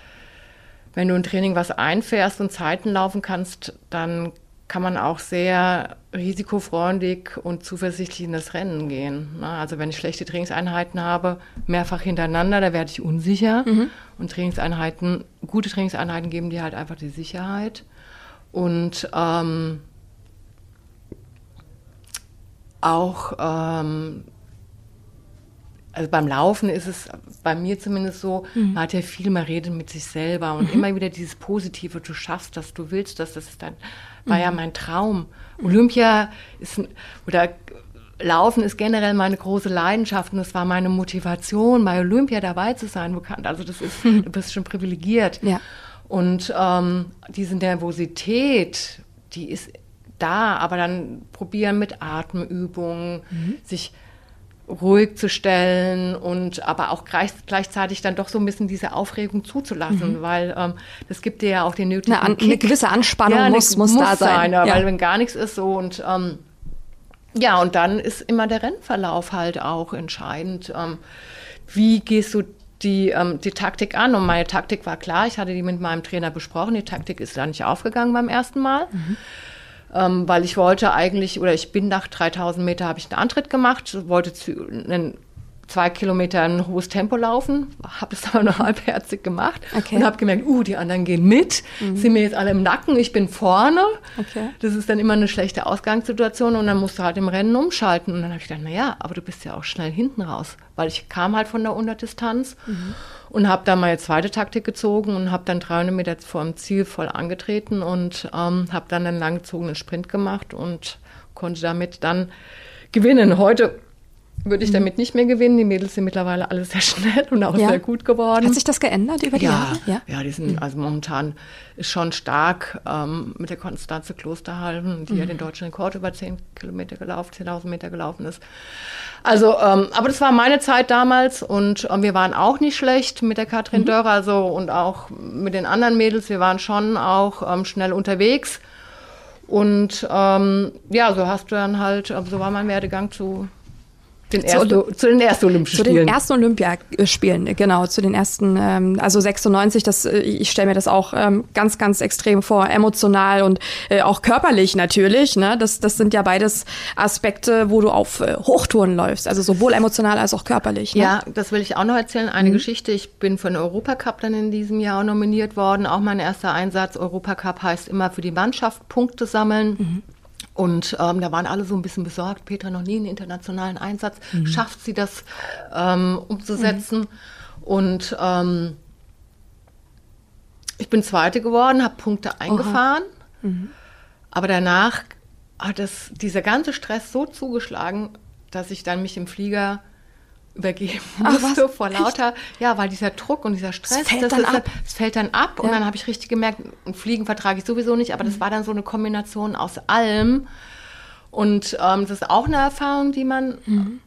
wenn du ein Training was einfährst und Zeiten laufen kannst, dann kann man auch sehr risikofreundlich und zuversichtlich in das Rennen gehen. Ne? Also wenn ich schlechte Trainingseinheiten habe, mehrfach hintereinander, da werde ich unsicher. Mhm. Und Trainingseinheiten, gute Trainingseinheiten geben dir halt einfach die Sicherheit. Und ähm, auch, ähm, also beim Laufen ist es bei mir zumindest so, mhm. man hat ja viel mehr Reden mit sich selber und mhm. immer wieder dieses Positive, du schaffst das, du willst das, das ist dann, war mhm. ja mein Traum. Olympia ist, oder Laufen ist generell meine große Leidenschaft und das war meine Motivation, bei Olympia dabei zu sein, bekannt. Also das ist, mhm. du bist schon privilegiert. Ja. Und ähm, diese Nervosität, die ist da, aber dann probieren mit Atemübungen, mhm. sich ruhig zu stellen und aber auch gleich, gleichzeitig dann doch so ein bisschen diese Aufregung zuzulassen, mhm. weil ähm, das gibt dir ja auch den nötigen eine, an, eine gewisse Anspannung ja, muss, muss, muss da sein. sein ja. Ja. Weil wenn gar nichts ist so und ähm, ja, und dann ist immer der Rennverlauf halt auch entscheidend. Ähm, wie gehst du die, ähm, die Taktik an? Und meine Taktik war klar, ich hatte die mit meinem Trainer besprochen, die Taktik ist da nicht aufgegangen beim ersten Mal. Mhm. Ähm, weil ich wollte eigentlich, oder ich bin nach dreitausend Meter, habe ich einen Antritt gemacht, wollte zu, einen, zwei Kilometer ein hohes Tempo laufen, habe das aber nur halbherzig gemacht okay. und habe gemerkt, uh, die anderen gehen mit, mhm. sind mir jetzt alle im Nacken, ich bin vorne. Okay. Das ist dann immer eine schlechte Ausgangssituation und dann musst du halt im Rennen umschalten. Und dann habe ich gedacht, naja, aber du bist ja auch schnell hinten raus, weil ich kam halt von der Unterdistanz mhm. und habe dann meine zweite Taktik gezogen und habe dann dreihundert Meter vor dem Ziel voll angetreten und ähm, habe dann einen langgezogenen Sprint gemacht und konnte damit dann gewinnen. Heute würde ich damit nicht mehr gewinnen. Die Mädels sind mittlerweile alle sehr schnell und auch ja. sehr gut geworden. Hat sich das geändert über die ja, Jahre? Ja, ja, die sind, also momentan ist schon stark ähm, mit der Konstanze Klosterhalben, die mhm. ja den deutschen Rekord über zehn Kilometer gelaufen, zehntausend Meter gelaufen ist. Also, ähm, aber das war meine Zeit damals und ähm, wir waren auch nicht schlecht mit der Katrin mhm. Dörrer also, und auch mit den anderen Mädels. Wir waren schon auch ähm, schnell unterwegs. Und ähm, ja, so hast du dann halt, so war mein Werdegang zu den, ersten, zu, zu den ersten Olympischen Spielen. Zu den ersten Olympiaspielen, genau, zu den ersten, ähm, also sechsundneunzig, das, ich stelle mir das auch ähm, ganz, ganz extrem vor, emotional und äh, auch körperlich natürlich, ne? Das, das sind ja beides Aspekte, wo du auf äh, Hochtouren läufst, also sowohl emotional als auch körperlich. Ne? Ja, das will ich auch noch erzählen, eine mhm. Geschichte. Ich bin für den Europacup dann in diesem Jahr nominiert worden, auch mein erster Einsatz. Europacup heißt immer für die Mannschaft Punkte sammeln. Mhm. Und ähm, da waren alle so ein bisschen besorgt, Petra noch nie einen internationalen Einsatz, mhm. schafft sie das ähm, umzusetzen? Mhm. Und ähm, ich bin Zweite geworden, habe Punkte eingefahren, mhm. aber danach hat es, dieser ganze Stress so zugeschlagen, dass ich dann mich im Flieger übergeben musste vor lauter, Echt? ja, weil dieser Druck und dieser Stress, das fällt das dann ist, ab. Es fällt dann ab ja. und dann habe ich richtig gemerkt, und Fliegen vertrage ich sowieso nicht, aber mhm. das war dann so eine Kombination aus allem und ähm, das ist auch eine Erfahrung, die man mhm.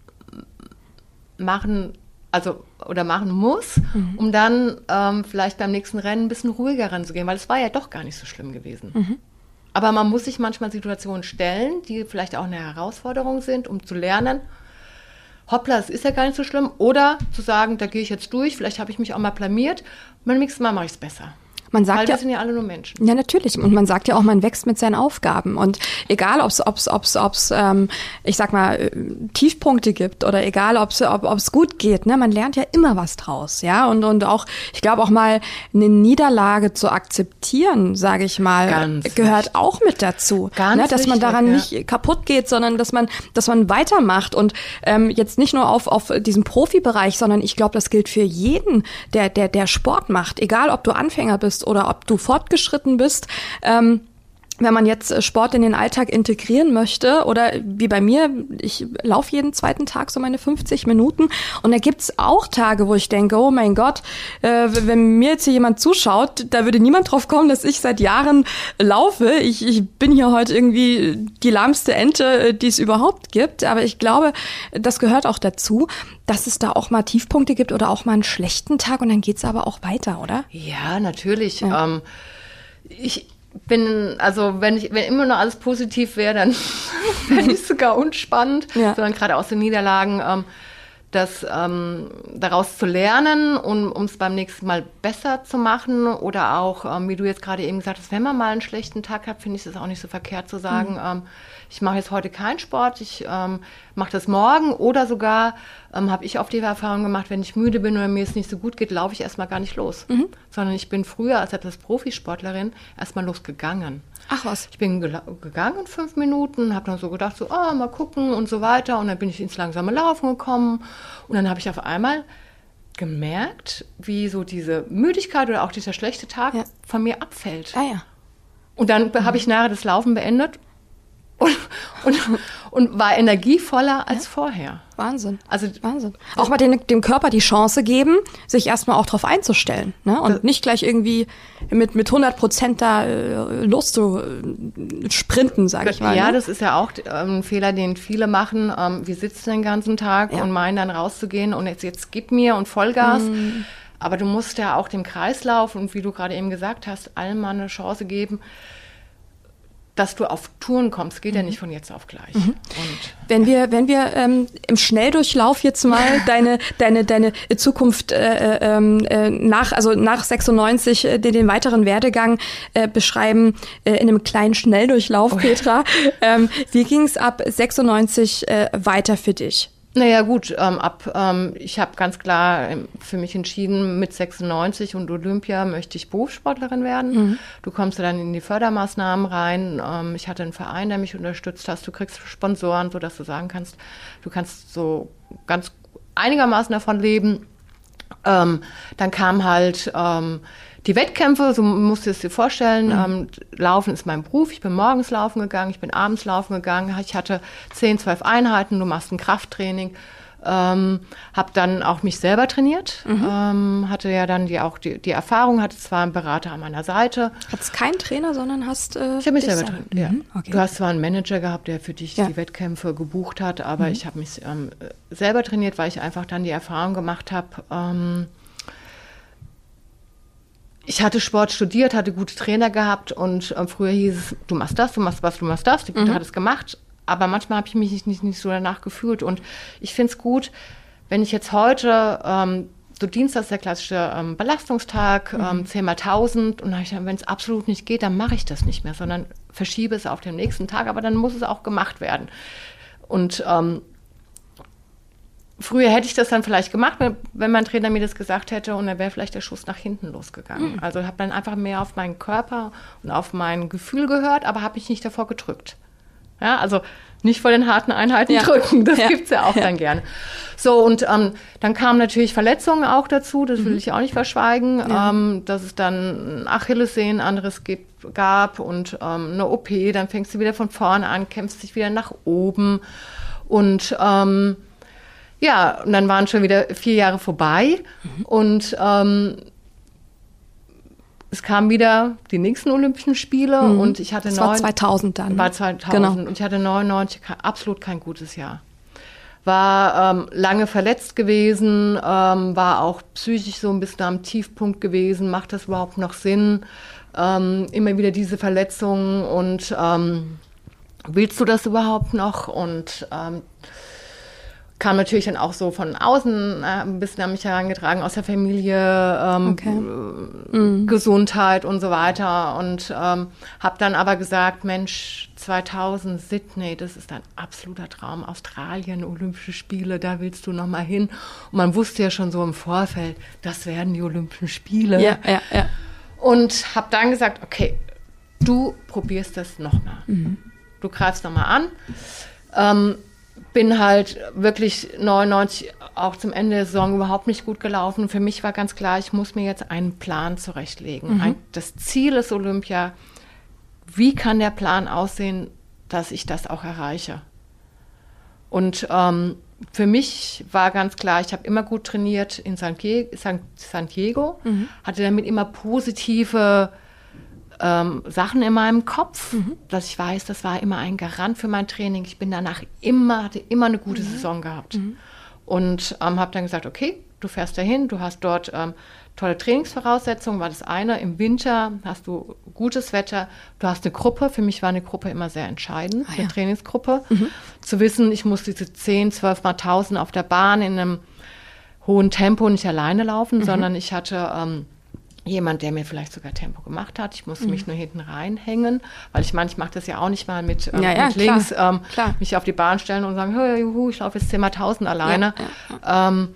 machen, also oder machen muss, mhm. um dann ähm, vielleicht beim nächsten Rennen ein bisschen ruhiger ranzugehen, weil es war ja doch gar nicht so schlimm gewesen. Mhm. Aber man muss sich manchmal Situationen stellen, die vielleicht auch eine Herausforderung sind, um zu lernen, hoppla, es ist ja gar nicht so schlimm. Oder zu sagen, da gehe ich jetzt durch, vielleicht habe ich mich auch mal blamiert. Beim nächsten Mal mache ich es besser. Man sagt Weil wir ja, sind ja alle nur Menschen. Ja, natürlich. Und man sagt ja auch, man wächst mit seinen Aufgaben. Und egal, ob es, ob es, ob es, ob es, ähm, ich sag mal, Tiefpunkte gibt oder egal, ob es, ob es gut geht, ne, man lernt ja immer was draus, ja. Und und auch, ich glaube auch mal eine Niederlage zu akzeptieren, sage ich mal, Ganz gehört wichtig. Auch mit dazu, Ganz ne, dass wichtig, man daran ja. nicht kaputt geht, sondern dass man, dass man weitermacht und ähm, jetzt nicht nur auf auf diesem Profibereich, sondern ich glaube, das gilt für jeden, der der der Sport macht, egal, ob du Anfänger bist oder ob du fortgeschritten bist, ähm, wenn man jetzt Sport in den Alltag integrieren möchte oder wie bei mir, ich laufe jeden zweiten Tag so meine fünfzig Minuten und da gibt's auch Tage, wo ich denke, oh mein Gott, äh, wenn mir jetzt hier jemand zuschaut, da würde niemand drauf kommen, dass ich seit Jahren laufe. Ich, ich bin hier heute irgendwie die lahmste Ente, die es überhaupt gibt, aber ich glaube, das gehört auch dazu, dass es da auch mal Tiefpunkte gibt oder auch mal einen schlechten Tag und dann geht's aber auch weiter, oder? Ja, natürlich. Ja. Ähm, ich bin, also wenn ich, wenn immer nur alles positiv wäre, dann fände ich es sogar unspannend, ja. sondern gerade aus den Niederlagen, ähm, das ähm, daraus zu lernen und um es beim nächsten Mal besser zu machen oder auch, ähm, wie du jetzt gerade eben gesagt hast, wenn man mal einen schlechten Tag hat, finde ich es auch nicht so verkehrt zu sagen, mhm. ähm, ich mache jetzt heute keinen Sport, ich ähm, mache das morgen oder sogar ähm, habe ich oft die Erfahrung gemacht, wenn ich müde bin oder mir es nicht so gut geht, laufe ich erstmal gar nicht los, mhm. sondern ich bin früher als etwas Profisportlerin erstmal losgegangen. Ach was. Ich bin gel- gegangen fünf Minuten, habe dann so gedacht, so, oh, mal gucken und so weiter. Und dann bin ich ins langsame Laufen gekommen. Und dann habe ich auf einmal gemerkt, wie so diese Müdigkeit oder auch dieser schlechte Tag ja. von mir abfällt. Ah, ja. Und dann mhm. habe ich nachher das Laufen beendet und, und, und war energievoller als ja. vorher. Wahnsinn. Also Wahnsinn. Auch mal den, dem Körper die Chance geben, sich erstmal auch drauf einzustellen, ne? Und nicht gleich irgendwie mit mit hundert Prozent da äh, loszusprinten, sage ich mal. Ja, ne? Das ist ja auch ähm, ein Fehler, den viele machen. Ähm, wir sitzen den ganzen Tag ja. und meinen dann rauszugehen und jetzt, jetzt gib mir und Vollgas. Mm. Aber du musst ja auch dem Kreislauf und wie du gerade eben gesagt hast, allen mal eine Chance geben, dass du auf Touren kommst, geht mhm. ja nicht von jetzt auf gleich. Mhm. Und wenn wir, wenn wir ähm, im Schnelldurchlauf jetzt mal deine, deine, deine Zukunft äh, äh, nach, also nach sechsundneunzig äh, den, den weiteren Werdegang äh, beschreiben äh, in einem kleinen Schnelldurchlauf, oh. Petra. Ähm, wie ging es ab sechsundneunzig äh, weiter für dich? Naja gut, ähm, ab ähm, ich habe ganz klar für mich entschieden, mit sechsundneunzig und Olympia möchte ich Berufssportlerin werden. Mhm. Du kommst dann in die Fördermaßnahmen rein. Ähm, ich hatte einen Verein, der mich unterstützt hat. Du kriegst Sponsoren, sodass du sagen kannst, du kannst so ganz einigermaßen davon leben. Ähm, dann kam halt ähm, die Wettkämpfe, so musst du es dir vorstellen, mhm. ähm, Laufen ist mein Beruf, ich bin morgens laufen gegangen, ich bin abends laufen gegangen, ich hatte zehn, zwölf Einheiten, du machst ein Krafttraining, Ähm, habe dann auch mich selber trainiert, mhm. ähm, hatte ja dann die, auch die, die Erfahrung, hatte zwar einen Berater an meiner Seite. Hattest keinen Trainer, sondern hast äh, Ich habe mich selber trainiert, ja. Mhm. Okay. Du hast zwar einen Manager gehabt, der für dich ja. die Wettkämpfe gebucht hat, aber mhm. ich habe mich ähm, selber trainiert, weil ich einfach dann die Erfahrung gemacht habe, ähm, ich hatte Sport studiert, hatte gute Trainer gehabt und äh, früher hieß es, du machst das, du machst was, du machst das, die Gute mhm. hat es gemacht. Aber manchmal habe ich mich nicht, nicht, nicht so danach gefühlt. Und ich finde es gut, wenn ich jetzt heute, ähm, so Dienstag ist der klassische ähm, Belastungstag, mhm. ähm, zehn mal tausend. Und wenn es absolut nicht geht, dann mache ich das nicht mehr, sondern verschiebe es auf den nächsten Tag. Aber dann muss es auch gemacht werden. Und ähm, früher hätte ich das dann vielleicht gemacht, wenn mein Trainer mir das gesagt hätte. Und dann wäre vielleicht der Schuss nach hinten losgegangen. Mhm. Also habe dann einfach mehr auf meinen Körper und auf mein Gefühl gehört, aber habe mich nicht davor gedrückt. Ja, also nicht vor den harten Einheiten ja. drücken, das ja. gibt's ja auch ja. dann gerne. So, und ähm, dann kamen natürlich Verletzungen auch dazu, das will mhm. ich auch nicht verschweigen, ja. ähm, dass es dann ein Achillessehnen anderes gibt, gab und ähm, eine O P, dann fängst du wieder von vorne an, kämpfst dich wieder nach oben und ähm, ja, und dann waren schon wieder vier Jahre vorbei mhm. und ähm, es kamen wieder die nächsten Olympischen Spiele mhm. und ich hatte das neun, war zweitausend dann. War zweitausend genau. und ich hatte neunundneunzig absolut kein gutes Jahr. War ähm, lange verletzt gewesen, ähm, war auch psychisch so ein bisschen am Tiefpunkt gewesen. Macht das überhaupt noch Sinn? Ähm, immer wieder diese Verletzungen und ähm, willst du das überhaupt noch? Und ähm, kam natürlich dann auch so von außen äh, ein bisschen an mich herangetragen, aus der Familie, ähm, okay. äh, mhm. Gesundheit und so weiter. Und ähm, habe dann aber gesagt, Mensch, zweitausend Sydney, das ist ein absoluter Traum. Australien, Olympische Spiele, da willst du noch mal hin. Und man wusste ja schon so im Vorfeld, das werden die Olympischen Spiele. Ja, ja, ja. Und habe dann gesagt, okay, du probierst das noch mal. Mhm. Du greifst noch mal an. Ähm, bin halt wirklich neunundneunzig auch zum Ende der Saison überhaupt nicht gut gelaufen. Für mich war ganz klar, ich muss mir jetzt einen Plan zurechtlegen. Mhm. Ein, das Ziel ist Olympia. Wie kann der Plan aussehen, dass ich das auch erreiche? Und ähm, für mich war ganz klar, ich habe immer gut trainiert in San Diego, mhm. hatte damit immer positive Ähm, Sachen in meinem Kopf, mhm. dass ich weiß, das war immer ein Garant für mein Training. Ich bin danach immer, hatte immer eine gute mhm. Saison gehabt. Mhm. Und ähm, habe dann gesagt, okay, du fährst dahin, du hast dort ähm, tolle Trainingsvoraussetzungen, war das eine. Im Winter hast du gutes Wetter, du hast eine Gruppe. Für mich war eine Gruppe immer sehr entscheidend, ah, eine ja. Trainingsgruppe. Mhm. Zu wissen, ich muss diese zehn, zwölf mal tausend auf der Bahn in einem hohen Tempo nicht alleine laufen, mhm. sondern ich hatte ähm, jemand, der mir vielleicht sogar Tempo gemacht hat. Ich musste mhm. mich nur hinten reinhängen, weil ich manchmal mache das ja auch nicht mal mit, ähm, ja, ja, mit klar, links, ähm, klar. mich auf die Bahn stellen und sagen, hey, juhu, ich laufe jetzt zehn mal tausend alleine. Ja, ja, ja. Ähm,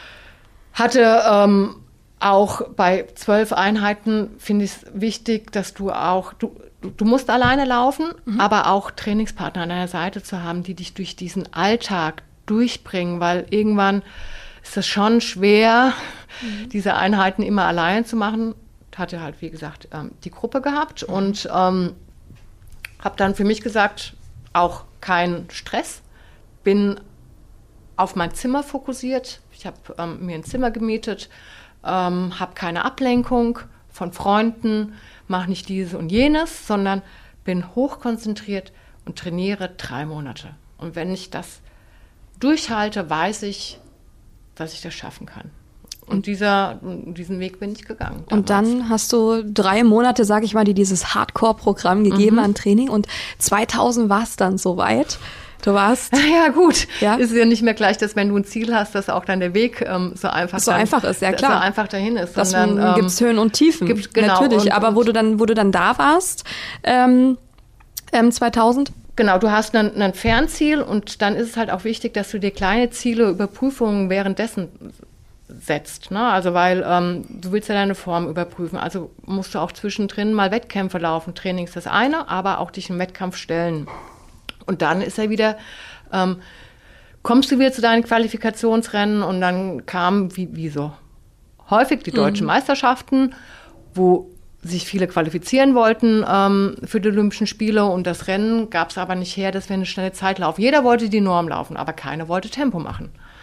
hatte ähm, auch bei zwölf Einheiten, finde ich es wichtig, dass du auch, du, du, du musst alleine laufen, mhm. aber auch Trainingspartner an deiner Seite zu haben, die dich durch diesen Alltag durchbringen, weil irgendwann ist es schon schwer, mhm. diese Einheiten immer allein zu machen. Hatte halt, wie gesagt, ähm, die Gruppe gehabt mhm. und ähm, habe dann für mich gesagt, auch kein Stress. Bin auf mein Zimmer fokussiert. Ich habe ähm, mir ein Zimmer gemietet, ähm, habe keine Ablenkung von Freunden, mache nicht dieses und jenes, sondern bin hochkonzentriert und trainiere drei Monate. Und wenn ich das durchhalte, weiß ich, dass ich das schaffen kann. Und dieser, diesen Weg bin ich gegangen. Damals. Und dann hast du drei Monate, sag ich mal, die dieses Hardcore-Programm gegeben mhm. an Training und zweitausend war es dann soweit. Du warst... Ja gut, ja? Ist ja nicht mehr gleich, dass wenn du ein Ziel hast, dass auch dann der Weg ähm, so einfach so dann, einfach ist, ja klar. So einfach dahin ist. Das ähm, gibt's Höhen und Tiefen, gibt, genau, natürlich. Und, aber wo du dann, wo du dann da warst, ähm, ähm, zweitausend... Genau, du hast ein, ein Fernziel und dann ist es halt auch wichtig, dass du dir kleine Ziele, Überprüfungen währenddessen setzt. Ne? Also weil ähm, du willst ja deine Form überprüfen. Also musst du auch zwischendrin mal Wettkämpfe laufen. Training ist das eine, aber auch dich im Wettkampf stellen. Und dann ist er wieder, ähm, kommst du wieder zu deinen Qualifikationsrennen und dann kamen, wie, wie so häufig, die deutschen mhm. Meisterschaften, wo sich viele qualifizieren wollten ähm, für die Olympischen Spiele und das Rennen gab es aber nicht her, dass wir eine schnelle Zeit laufen. Jeder wollte die Norm laufen, aber keiner wollte Tempo machen.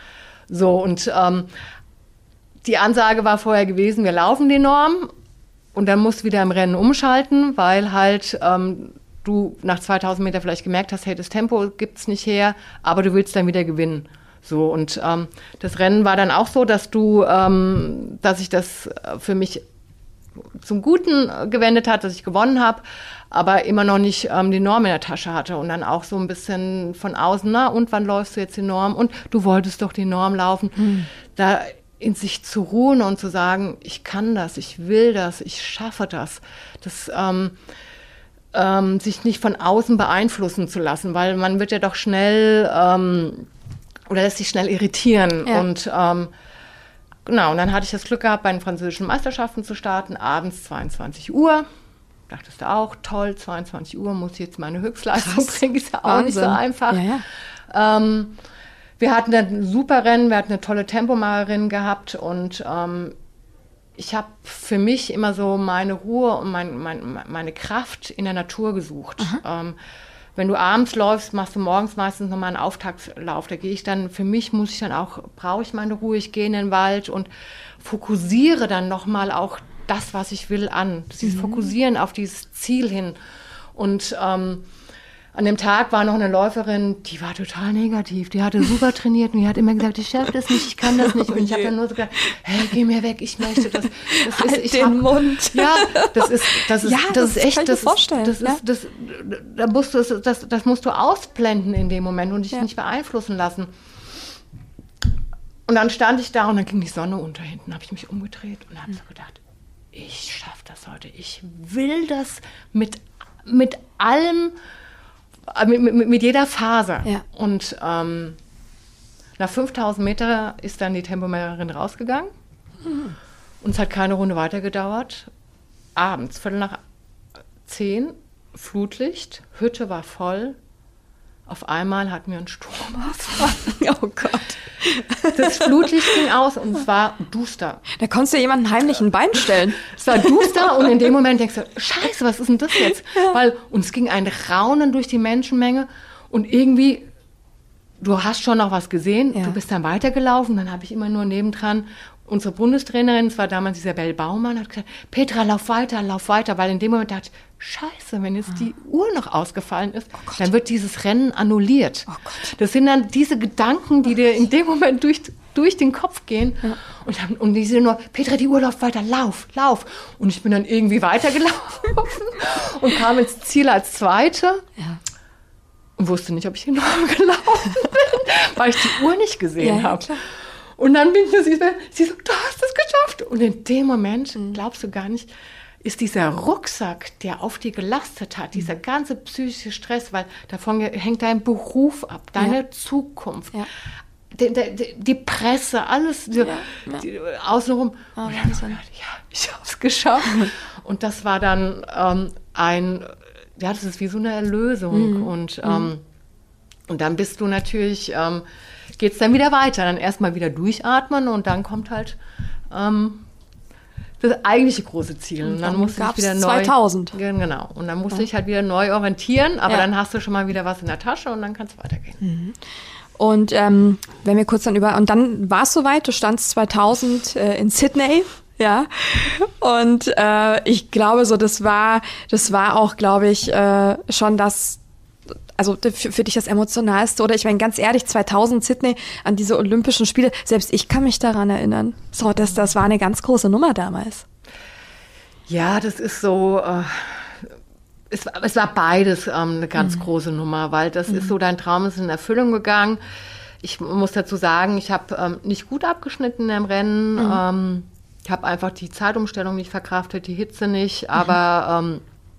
So, und ähm, die Ansage war vorher gewesen, wir laufen die Norm und dann musst du wieder im Rennen umschalten, weil halt ähm, du nach zweitausend Meter vielleicht gemerkt hast, hey, das Tempo gibt's nicht her, aber du willst dann wieder gewinnen. So, und ähm, das Rennen war dann auch so, dass du, ähm, dass ich das für mich zum Guten gewendet hat, dass ich gewonnen habe, aber immer noch nicht ähm, die Norm in der Tasche hatte und dann auch so ein bisschen von außen, na und wann läufst du jetzt die Norm und du wolltest doch die Norm laufen, mhm. da in sich zu ruhen und zu sagen, ich kann das, ich will das, ich schaffe das, das ähm, ähm, sich nicht von außen beeinflussen zu lassen, weil man wird ja doch schnell ähm, oder lässt sich schnell irritieren ja. und ähm, genau, und dann hatte ich das Glück gehabt, bei den französischen Meisterschaften zu starten, abends zweiundzwanzig Uhr. Dachtest du auch, toll, zweiundzwanzig Uhr muss ich jetzt meine Höchstleistung Krass. bringen, ist ja auch Wahnsinn. nicht so einfach. Ja, ja. Ähm, wir hatten ein super Rennen, wir hatten eine tolle Tempomacherin gehabt und ähm, ich habe für mich immer so meine Ruhe und mein, mein, meine Kraft in der Natur gesucht. Ähm, Wenn du abends läufst, machst du morgens meistens nochmal einen Auftaktlauf. Da gehe ich dann, für mich muss ich dann auch, brauche ich meine Ruhe, ich gehe in den Wald und fokussiere dann nochmal auch das, was ich will, an. Dieses mhm. Fokussieren auf dieses Ziel hin. Und ähm, an dem Tag war noch eine Läuferin, die war total negativ. Die hatte super trainiert und die hat immer gesagt, ich schaffe das nicht, ich kann das nicht. Und ich habe dann nur so gesagt, hey, geh mir weg, ich möchte das. das halt ist, ich den hab, Mund. Ja, das ist, das ist, ja, das, das ist echt, kann ich das mir vorstellen. ist, das ja. ist, das, da musst du, das, das, das musst du ausblenden in dem Moment und dich ja. nicht beeinflussen lassen. Und dann stand ich da und dann ging die Sonne unter hinten, habe ich mich umgedreht und habe so gedacht, ich schaffe das heute, ich will das mit, mit allem, Mit, mit, mit jeder Faser. Ja. Und ähm, nach fünftausend Meter ist dann die Tempomacherin rausgegangen. Mhm. Und es hat keine Runde weiter gedauert. Abends, Viertel nach zehn, Flutlicht, Hütte war voll. Auf einmal hatten wir einen Sturmausfall. Oh Gott. Das Flutlicht ging aus und es war duster. Da konntest du jemanden heimlich ein Bein stellen. Es war duster und in dem Moment denkst du, Scheiße, was ist denn das jetzt? Ja. Weil uns ging ein Raunen durch die Menschenmenge und irgendwie, du hast schon noch was gesehen, ja. du bist dann weitergelaufen, dann habe ich immer nur nebendran unsere Bundestrainerin, es war damals Isabel Baumann, hat gesagt, Petra, lauf weiter, lauf weiter, weil in dem Moment dachte ich, Scheiße, wenn jetzt die Uhr noch ausgefallen ist, oh dann wird dieses Rennen annulliert. Oh Gott. Das sind dann diese Gedanken, die dir in dem Moment durch, durch den Kopf gehen. Ja. Und, dann, und die sind nur, Petra, die Uhr läuft weiter, lauf, lauf. Und ich bin dann irgendwie weitergelaufen und kam ins Ziel als Zweite. Ja. Und wusste nicht, ob ich enorm gelaufen bin, weil ich die Uhr nicht gesehen ja, habe. Und dann bin ich nur, sie so, du hast es geschafft. Und in dem Moment, mhm. glaubst du gar nicht, ist dieser Rucksack, der auf dir gelastet hat, dieser ganze psychische Stress, weil davon hängt dein Beruf ab, deine ja. Zukunft, ja. Die, die, die Presse, alles ja, ja. Die, außenrum. Oh, und dann so, ja, ich habe es geschafft. Und das war dann ähm, ein, ja, das ist wie so eine Erlösung. Mhm. Und, ähm, mhm. und dann bist du natürlich, ähm, geht es dann wieder weiter. Dann erstmal wieder durchatmen und dann kommt halt ähm, das eigentliche große Ziel. Und dann, dann musste ich wieder neu. zweitausend. Genau. Und dann musste ja. ich halt wieder neu orientieren, aber ja. dann hast du schon mal wieder was in der Tasche und dann kann es weitergehen. Mhm. Und ähm, wenn wir kurz dann über, und dann war es soweit, du standst zweitausend äh, in Sydney, ja, und äh, ich glaube so, das war, das war auch, glaube ich, äh, schon das, also für, für dich das Emotionalste, oder ich meine ganz ehrlich, zweitausend Sydney, an diese Olympischen Spiele, selbst ich kann mich daran erinnern. So, das, das war eine ganz große Nummer damals. Ja, das ist so, äh, es, es war beides ähm, eine ganz mhm. große Nummer, weil das mhm. ist so, dein Traum ist in Erfüllung gegangen. Ich muss dazu sagen, ich habe ähm, nicht gut abgeschnitten im Rennen. Mhm. Ähm, ich habe einfach die Zeitumstellung nicht verkraftet, die Hitze nicht, aber mhm. ähm,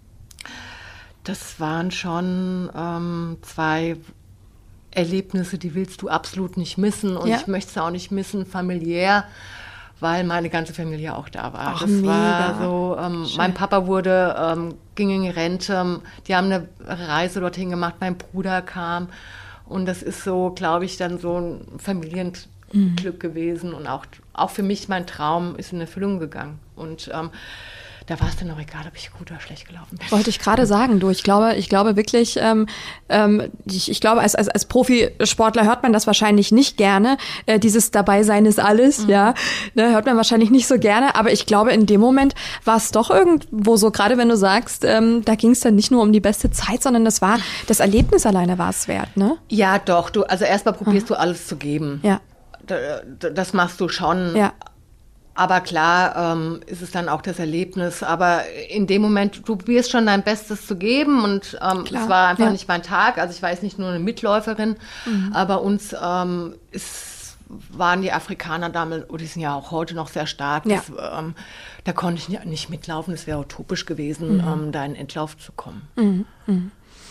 das waren schon ähm, zwei Erlebnisse, die willst du absolut nicht missen. Und ja. ich möchte es auch nicht missen, familiär, weil meine ganze Familie auch da war. Ach, das mega. war so, ähm, mein Papa wurde, ähm, ging in die Rente, die haben eine Reise dorthin gemacht, mein Bruder kam. Und das ist so, glaube ich, dann so ein Familienglück mhm. gewesen. Und auch, auch für mich, mein Traum ist in Erfüllung gegangen. Und ähm, da war es dann auch egal, ob ich gut oder schlecht gelaufen bin. Wollte ich gerade sagen, du, ich glaube, ich glaube wirklich, ähm, ähm, ich, ich glaube, als, als, als Profisportler hört man das wahrscheinlich nicht gerne, äh, dieses Dabeisein ist alles, mhm. ja, ne, hört man wahrscheinlich nicht so gerne, aber ich glaube, in dem Moment war es doch irgendwo so, gerade wenn du sagst, ähm, da ging es dann nicht nur um die beste Zeit, sondern das war, das Erlebnis alleine war es wert, ne? Ja, doch, du, also erstmal probierst Aha. du alles zu geben. Ja. Das machst du schon. Ja. Aber klar ähm, ist es dann auch das Erlebnis. Aber in dem Moment, du probierst schon dein Bestes zu geben. Und ähm, es war einfach ja. nicht mein Tag. Also ich war jetzt nicht nur eine Mitläuferin, mhm. aber uns ähm, ist, waren die Afrikaner damals, oh, die sind ja auch heute noch sehr stark. Ja. Das, ähm, da konnte ich nicht mitlaufen. Es wäre utopisch gewesen, mhm. ähm, da in den Endlauf zu kommen. Mhm. Mhm.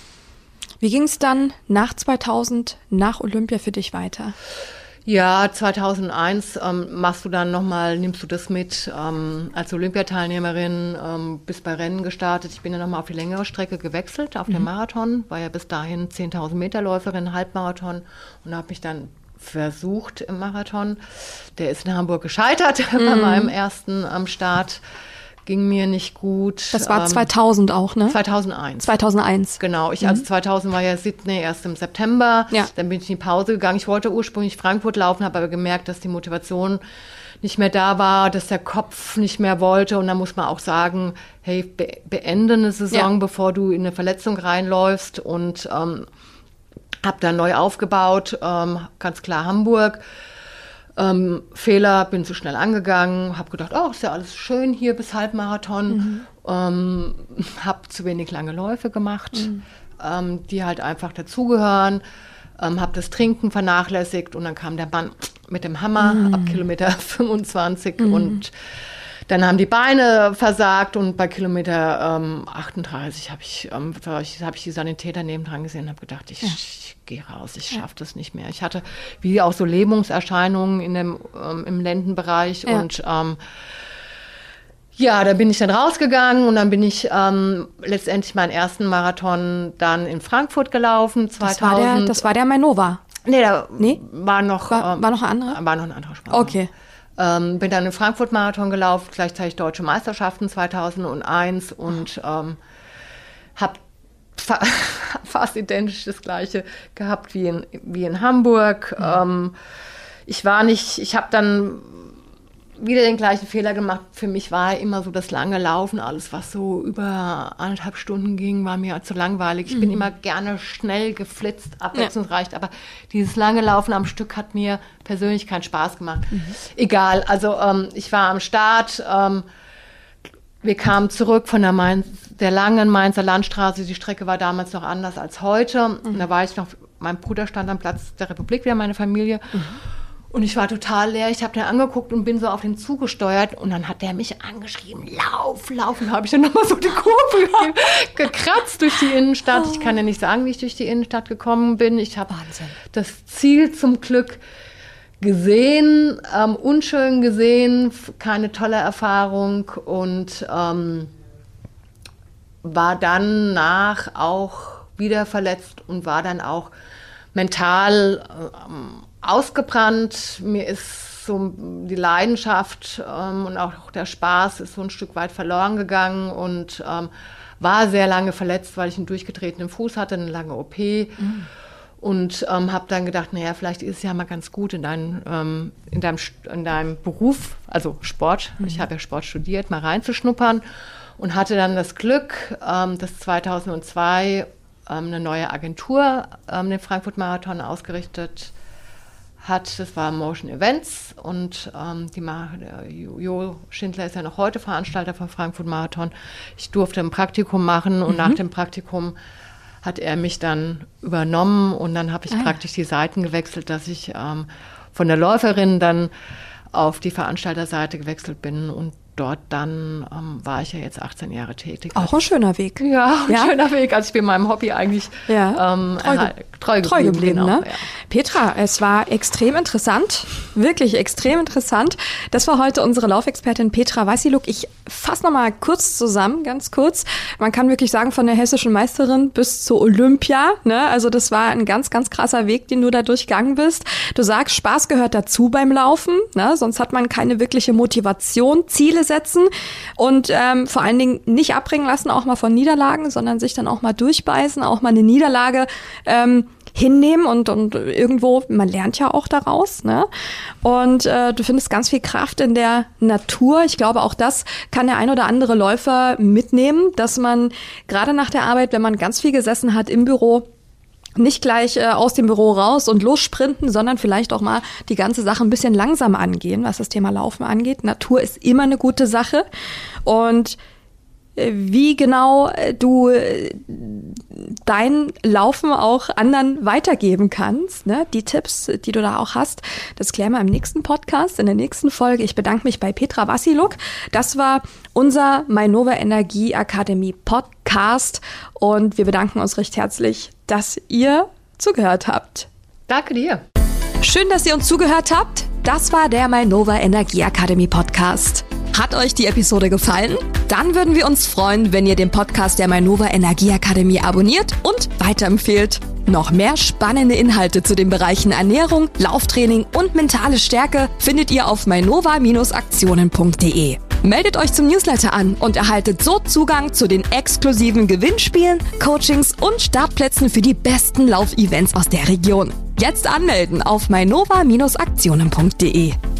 Wie ging es dann nach zweitausend, nach Olympia für dich weiter? Ja, zweitausendeins ähm, machst du dann nochmal, nimmst du das mit ähm, als Olympiateilnehmerin, ähm, bist bei Rennen gestartet. Ich bin dann nochmal auf die längere Strecke gewechselt, auf mhm. den Marathon, war ja bis dahin zehntausend Meter Läuferin, Halbmarathon und habe mich dann versucht im Marathon. Der ist in Hamburg gescheitert mhm. bei meinem ersten am Start. Ging mir nicht gut. Das war zweitausend auch, ne? zweitausendeins. zweitausendeins. Genau. Ich, mhm. also zweitausend war ja Sydney erst im September. Ja. Dann bin ich in die Pause gegangen. Ich wollte ursprünglich Frankfurt laufen, habe aber gemerkt, dass die Motivation nicht mehr da war, dass der Kopf nicht mehr wollte. Und da muss man auch sagen, hey, be- beende eine Saison, ja. bevor du in eine Verletzung reinläufst. Und ähm, habe dann neu aufgebaut, ähm, ganz klar Hamburg. Ähm, Fehler, bin zu schnell angegangen, habe gedacht, oh, ist ja alles schön hier bis Halbmarathon. Mhm. Ähm, habe zu wenig lange Läufe gemacht, mhm. ähm, die halt einfach dazugehören. Ähm, habe das Trinken vernachlässigt und dann kam der Mann mit dem Hammer mhm. ab Kilometer fünfundzwanzig mhm. und dann haben die Beine versagt und bei Kilometer ähm, achtunddreißig habe ich, ähm, hab ich die Sanitäter nebendran gesehen und habe gedacht, ich, ja. ich gehe raus, ich schaffe das nicht mehr. Ich hatte wie auch so Lähmungserscheinungen in dem, ähm, im Lendenbereich ja. und ähm, ja, da bin ich dann rausgegangen und dann bin ich ähm, letztendlich meinen ersten Marathon dann in Frankfurt gelaufen. zweitausend. Das war der, das war der Mainova? Nee, da nee? war noch... War, ähm, war noch ein anderer? War noch ein anderer Sport. Okay. Ähm, bin dann im Frankfurt-Marathon gelaufen, gleichzeitig Deutsche Meisterschaften zweitausendeins und ähm, habe fa- fast identisch das Gleiche gehabt wie in, wie in Hamburg. Mhm. Ähm, ich war nicht, ich habe dann wieder den gleichen Fehler gemacht. Für mich war immer so das lange Laufen, alles was so über anderthalb Stunden ging, war mir zu langweilig. Ich mhm. bin immer gerne schnell geflitzt, abwechslungsreich, ja. aber dieses lange Laufen am Stück hat mir persönlich keinen Spaß gemacht. Mhm. Egal, also ähm, ich war am Start, ähm, wir kamen zurück von der, Mainz, der langen Mainzer Landstraße, die Strecke war damals noch anders als heute. Mhm. Und da war ich noch, mein Bruder stand am Platz der Republik, wieder meine Familie. Mhm. Und ich war total leer. Ich habe den angeguckt und bin so auf den zugesteuert. Und dann hat der mich angeschrieben, lauf, lauf. Und habe ich dann nochmal so die Kurve ge- gekratzt durch die Innenstadt. Ich kann ja nicht sagen, wie ich durch die Innenstadt gekommen bin. Ich habe das Ziel zum Glück gesehen, ähm, unschön gesehen, keine tolle Erfahrung. Und ähm, war dann nach auch wieder verletzt und war dann auch mental ähm, ausgebrannt. Mir ist so die Leidenschaft ähm, und auch der Spaß ist so ein Stück weit verloren gegangen und ähm, war sehr lange verletzt, weil ich einen durchgetretenen Fuß hatte, eine lange O P. Mhm. Und ähm, habe dann gedacht, naja, vielleicht ist es ja mal ganz gut in, dein, ähm, in, deinem, in deinem Beruf, also Sport, mhm. ich habe ja Sport studiert, mal reinzuschnuppern und hatte dann das Glück, ähm, dass zweitausendzwei ähm, eine neue Agentur ähm, den Frankfurt-Marathon ausgerichtet hat. Das war Motion Events und ähm, die Ma- der Jo Schindler ist ja noch heute Veranstalter vom Frankfurt-Marathon. Ich durfte ein Praktikum machen und mhm. nach dem Praktikum hat er mich dann übernommen und dann habe ich ah. praktisch die Seiten gewechselt, dass ich ähm, von der Läuferin dann auf die Veranstalterseite gewechselt bin und dort dann ähm, war ich ja jetzt achtzehn Jahre tätig. Auch ein schöner Weg. Ja, ein ja? schöner Weg. Also ich bin meinem Hobby eigentlich ja. ähm, treu, erhal- treu geblieben. Treu geblieben genau, ne? ja. Petra, es war extrem interessant, wirklich extrem interessant. Das war heute unsere Laufexpertin Petra Wassiluk. Ich fasse nochmal kurz zusammen, ganz kurz. Man kann wirklich sagen, von der hessischen Meisterin bis zur Olympia. Ne? Also das war ein ganz, ganz krasser Weg, den du da durchgegangen bist. Du sagst, Spaß gehört dazu beim Laufen, ne? Sonst hat man keine wirkliche Motivation. Ziele Ziele setzen und ähm, vor allen Dingen nicht abbringen lassen, auch mal von Niederlagen, sondern sich dann auch mal durchbeißen, auch mal eine Niederlage ähm, hinnehmen und und irgendwo, man lernt ja auch daraus, ne? Und äh, du findest ganz viel Kraft in der Natur. Ich glaube, auch das kann der ein oder andere Läufer mitnehmen, dass man gerade nach der Arbeit, wenn man ganz viel gesessen hat im Büro, nicht gleich äh, aus dem Büro raus und lossprinten, sondern vielleicht auch mal die ganze Sache ein bisschen langsam angehen, was das Thema Laufen angeht. Natur ist immer eine gute Sache. Und wie genau du dein Laufen auch anderen weitergeben kannst, ne? Die Tipps, die du da auch hast, das klären wir im nächsten Podcast, in der nächsten Folge. Ich bedanke mich bei Petra Vassiluk. Das war unser Mainova Energie Akademie Podcast und wir bedanken uns recht herzlich, dass ihr zugehört habt. Danke dir. Schön, dass ihr uns zugehört habt. Das war der Mainova Energie Akademie Podcast. Hat euch die Episode gefallen? Dann würden wir uns freuen, wenn ihr den Podcast der Mainova Energie Akademie abonniert und weiterempfehlt. Noch mehr spannende Inhalte zu den Bereichen Ernährung, Lauftraining und mentale Stärke findet ihr auf mainova Bindestrich aktionen punkt de. Meldet euch zum Newsletter an und erhaltet so Zugang zu den exklusiven Gewinnspielen, Coachings und Startplätzen für die besten Laufevents aus der Region. Jetzt anmelden auf mainova Bindestrich aktionen punkt de.